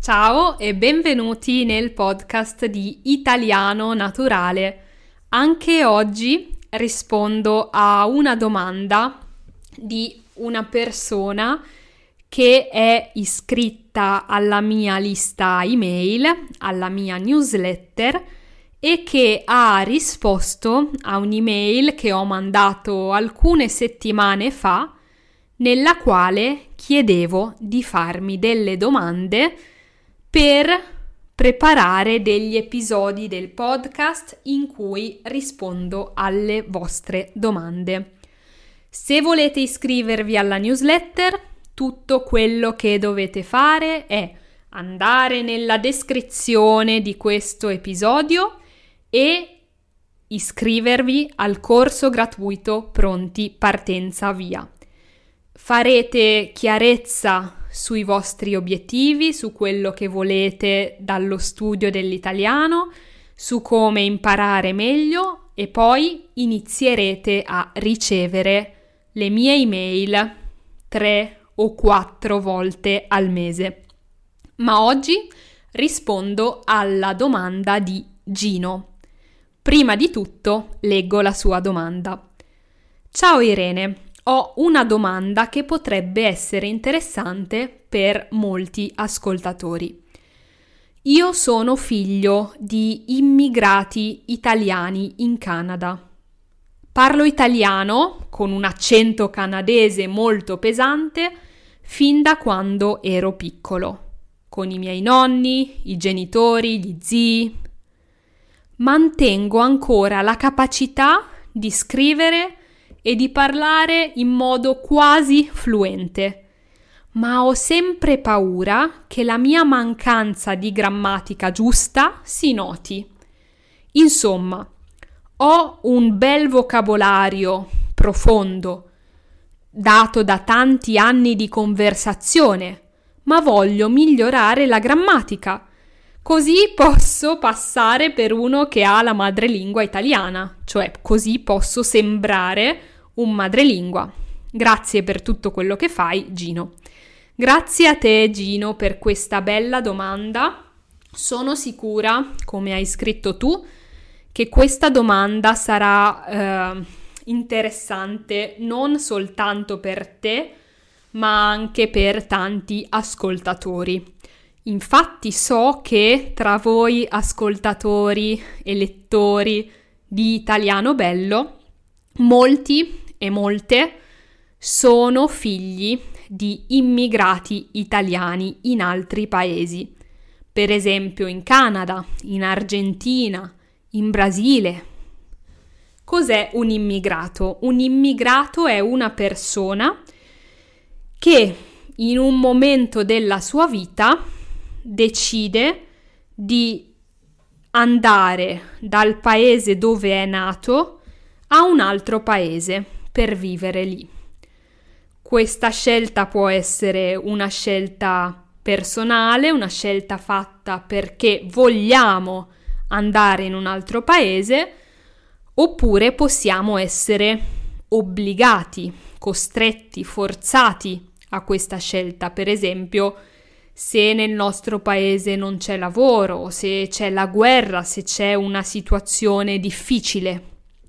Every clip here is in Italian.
Ciao e benvenuti nel podcast di Italiano Naturale. Anche oggi rispondo a una domanda di una persona che è iscritta alla mia lista email, alla mia newsletter e che ha risposto a un'email che ho mandato alcune settimane fa, nella quale chiedevo di farmi delle domande per preparare degli episodi del podcast in cui rispondo alle vostre domande. Se volete iscrivervi alla newsletter, tutto quello che dovete fare è andare nella descrizione di questo episodio e iscrivervi al corso gratuito Pronti Partenza Via. Farete chiarezza sui vostri obiettivi, su quello che volete dallo studio dell'italiano, su come imparare meglio e poi inizierete a ricevere le mie email 3 o 4 volte al mese. Ma oggi rispondo alla domanda di Gino. Prima di tutto leggo la sua domanda. Ciao Irene, ho una domanda che potrebbe essere interessante per molti ascoltatori. Io sono figlio di immigrati italiani in Canada. Parlo italiano con un accento canadese molto pesante fin da quando ero piccolo, con i miei nonni, i genitori, gli zii. Mantengo ancora la capacità di scrivere e di parlare in modo quasi fluente, ma ho sempre paura che la mia mancanza di grammatica giusta si noti. Insomma, ho un bel vocabolario profondo, dato da tanti anni di conversazione, ma voglio migliorare la grammatica. Così posso passare per uno che ha la madrelingua italiana, cioè così posso sembrare un madrelingua. Grazie per tutto quello che fai, Gino. Grazie a te, Gino, per questa bella domanda. Sono sicura, come hai scritto tu, che questa domanda sarà interessante non soltanto per te, ma anche per tanti ascoltatori. Infatti so che tra voi ascoltatori e lettori di Italiano Bello, molti e molte sono figli di immigrati italiani in altri paesi, per esempio in Canada, in Argentina, in Brasile. Cos'è un immigrato? Un immigrato è una persona che in un momento della sua vita decide di andare dal paese dove è nato a un altro paese per vivere lì. Questa scelta può essere una scelta personale, una scelta fatta perché vogliamo andare in un altro paese, oppure possiamo essere obbligati, costretti, forzati a questa scelta. Per esempio, se nel nostro paese non c'è lavoro, se c'è la guerra, se c'è una situazione difficile.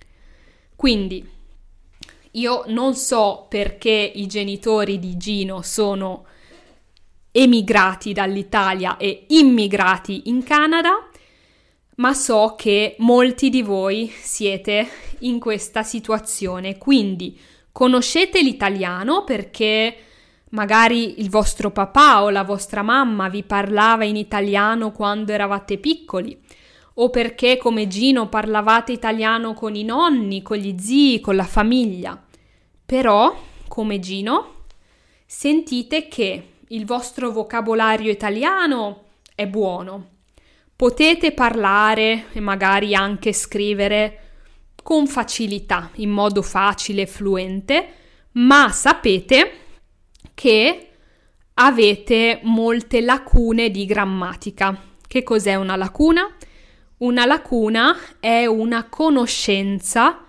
Quindi io non so perché i genitori di Gino sono emigrati dall'Italia e immigrati in Canada, ma so che molti di voi siete in questa situazione. Quindi conoscete l'italiano perché magari il vostro papà o la vostra mamma vi parlava in italiano quando eravate piccoli, o perché come Gino parlavate italiano con i nonni, con gli zii, con la famiglia. Però, come Gino, sentite che il vostro vocabolario italiano è buono. Potete parlare e magari anche scrivere con facilità, in modo facile e fluente, ma sapete che avete molte lacune di grammatica. Che cos'è una lacuna? Una lacuna è una conoscenza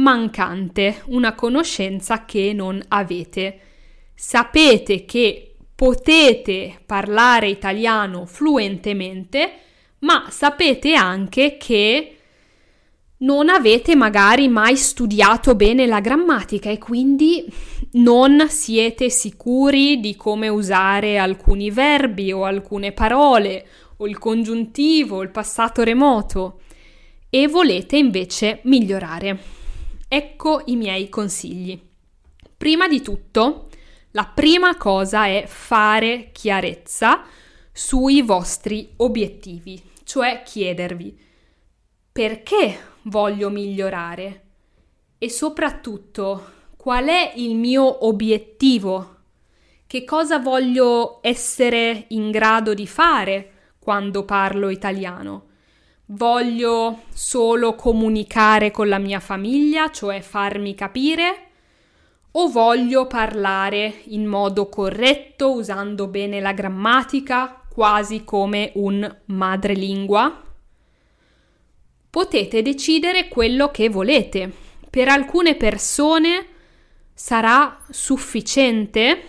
mancante, una conoscenza che non avete. Sapete che potete parlare italiano fluentemente, ma sapete anche che non avete magari mai studiato bene la grammatica e quindi non siete sicuri di come usare alcuni verbi o alcune parole o il congiuntivo o il passato remoto e volete invece migliorare. Ecco i miei consigli. Prima di tutto, la prima cosa è fare chiarezza sui vostri obiettivi, cioè chiedervi perché voglio migliorare e soprattutto qual è il mio obiettivo, che cosa voglio essere in grado di fare quando parlo italiano. Voglio solo comunicare con la mia famiglia, cioè farmi capire, o voglio parlare in modo corretto, usando bene la grammatica, quasi come un madrelingua? Potete decidere quello che volete. Per alcune persone sarà sufficiente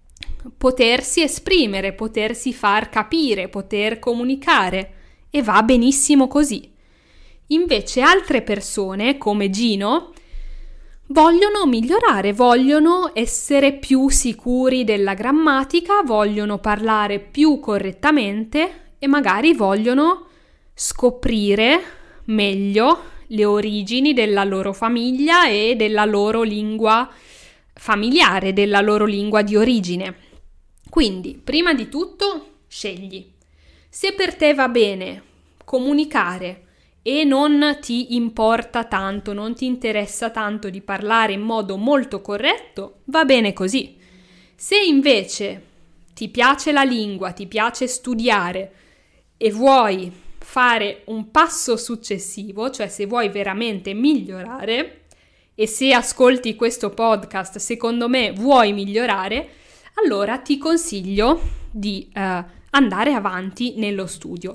potersi esprimere, potersi far capire, poter comunicare e va benissimo così. Invece altre persone, come Gino, vogliono migliorare, vogliono essere più sicuri della grammatica, vogliono parlare più correttamente e magari vogliono scoprire meglio le origini della loro famiglia e della loro lingua familiare, della loro lingua di origine. Quindi, prima di tutto, scegli. Se per te va bene comunicare e non ti importa tanto, non ti interessa tanto di parlare in modo molto corretto, va bene così. Se invece ti piace la lingua, ti piace studiare e vuoi fare un passo successivo, cioè se vuoi veramente migliorare, e se ascolti questo podcast, secondo me vuoi migliorare, allora ti consiglio di andare avanti nello studio.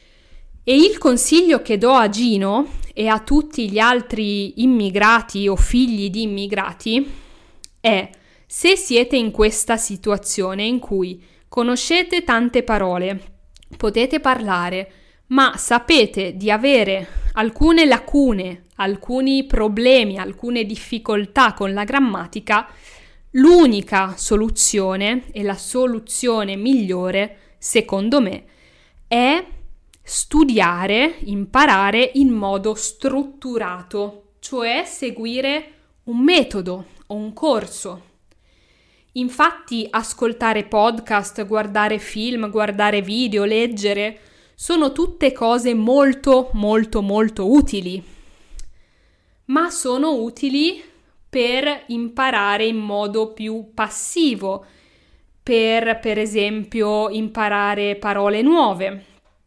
E il consiglio che do a Gino e a tutti gli altri immigrati o figli di immigrati è: se siete in questa situazione in cui conoscete tante parole, potete parlare, ma sapete di avere alcune lacune, alcuni problemi, alcune difficoltà con la grammatica, l'unica soluzione e la soluzione migliore, secondo me, è studiare, imparare in modo strutturato, cioè seguire un metodo o un corso. Infatti, ascoltare podcast, guardare film, guardare video, leggere, sono tutte cose molto, molto, molto utili, ma sono utili per imparare in modo più passivo, per esempio, imparare parole nuove.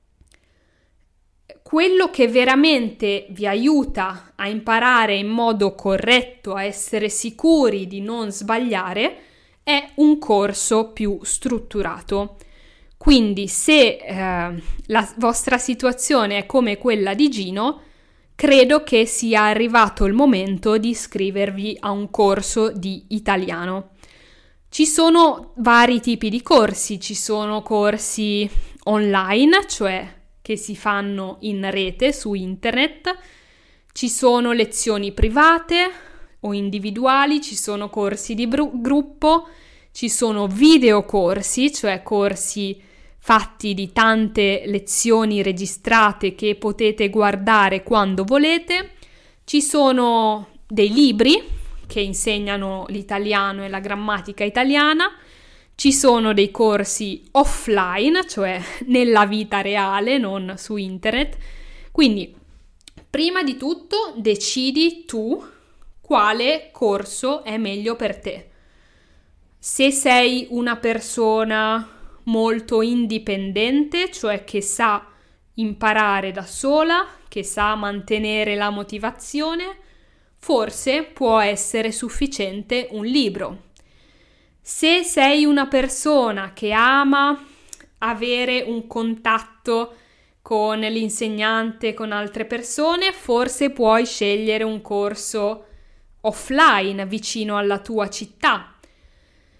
Quello che veramente vi aiuta a imparare in modo corretto, a essere sicuri di non sbagliare, è un corso più strutturato. Quindi se la vostra situazione è come quella di Gino, credo che sia arrivato il momento di iscrivervi a un corso di italiano. Ci sono vari tipi di corsi, ci sono corsi online, cioè che si fanno in rete su internet, ci sono lezioni private o individuali, ci sono corsi di gruppo, ci sono videocorsi, cioè corsi fatti di tante lezioni registrate che potete guardare quando volete, ci sono dei libri che insegnano l'italiano e la grammatica italiana, ci sono dei corsi offline, cioè nella vita reale, non su internet. Quindi, prima di tutto, decidi tu quale corso è meglio per te. Se sei una persona molto indipendente, cioè che sa imparare da sola, che sa mantenere la motivazione, forse può essere sufficiente un libro. Se sei una persona che ama avere un contatto con l'insegnante, con altre persone, forse puoi scegliere un corso offline vicino alla tua città.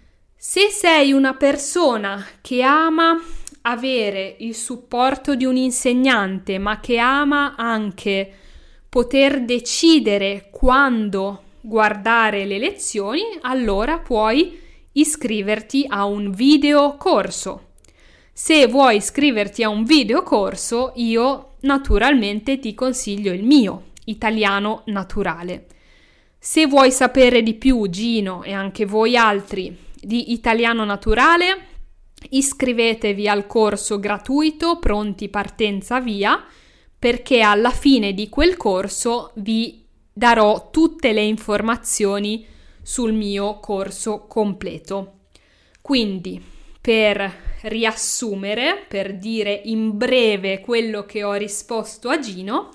Se sei una persona che ama avere il supporto di un insegnante, ma che ama anche poter decidere quando guardare le lezioni, allora puoi iscriverti a un videocorso. Se vuoi iscriverti a un videocorso, io naturalmente ti consiglio il mio, Italiano Naturale. Se vuoi sapere di più, Gino, e anche voi altri, di Italiano Naturale, iscrivetevi al corso gratuito Pronti Partenza Via, perché alla fine di quel corso vi darò tutte le informazioni sul mio corso completo. Quindi, per riassumere, per dire in breve quello che ho risposto a Gino,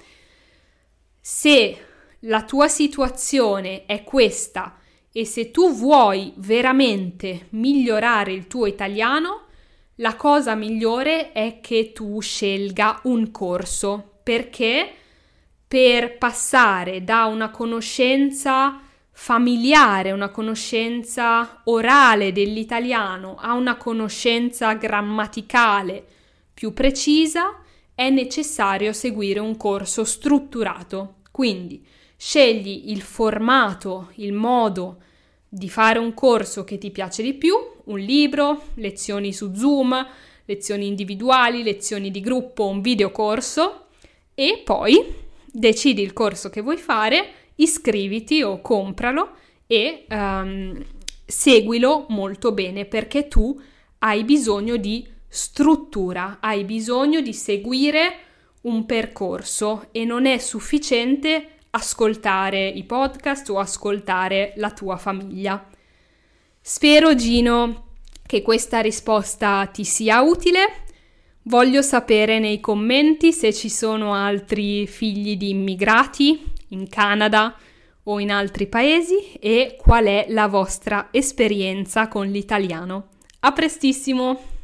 se la tua situazione è questa e se tu vuoi veramente migliorare il tuo italiano, la cosa migliore è che tu scelga un corso, perché per passare da una conoscenza familiare, una conoscenza orale dell'italiano a una conoscenza grammaticale più precisa, è necessario seguire un corso strutturato. Quindi scegli il formato, il modo di fare un corso che ti piace di più, un libro, lezioni su Zoom, lezioni individuali, lezioni di gruppo, un videocorso, e poi decidi il corso che vuoi fare, iscriviti o compralo e seguilo molto bene, perché tu hai bisogno di struttura, hai bisogno di seguire un percorso e non è sufficiente ascoltare i podcast o ascoltare la tua famiglia. Spero, Gino, che questa risposta ti sia utile. Voglio sapere nei commenti se ci sono altri figli di immigrati in Canada o in altri paesi e qual è la vostra esperienza con l'italiano. A prestissimo!